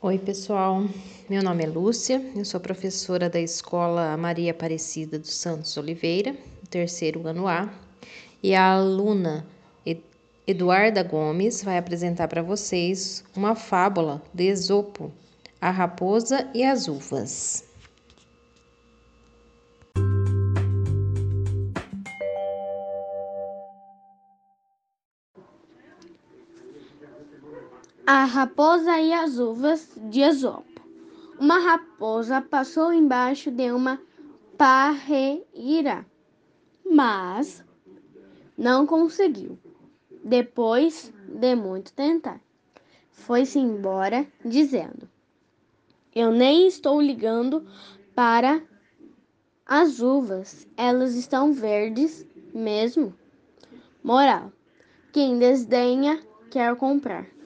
Oi, pessoal. Meu nome é Lúcia, eu sou professora da Escola Maria Aparecida dos Santos Oliveira, terceiro ano A, e a aluna Eduarda Gomes vai apresentar para vocês uma fábula de Esopo, A Raposa e as Uvas. A Raposa e as Uvas de Esopo. Uma raposa passou embaixo de uma parreira, mas não conseguiu. Depois de muito tentar, foi-se embora dizendo: Eu nem estou ligando para as uvas, elas estão verdes mesmo. Moral: quem desdenha quer comprar.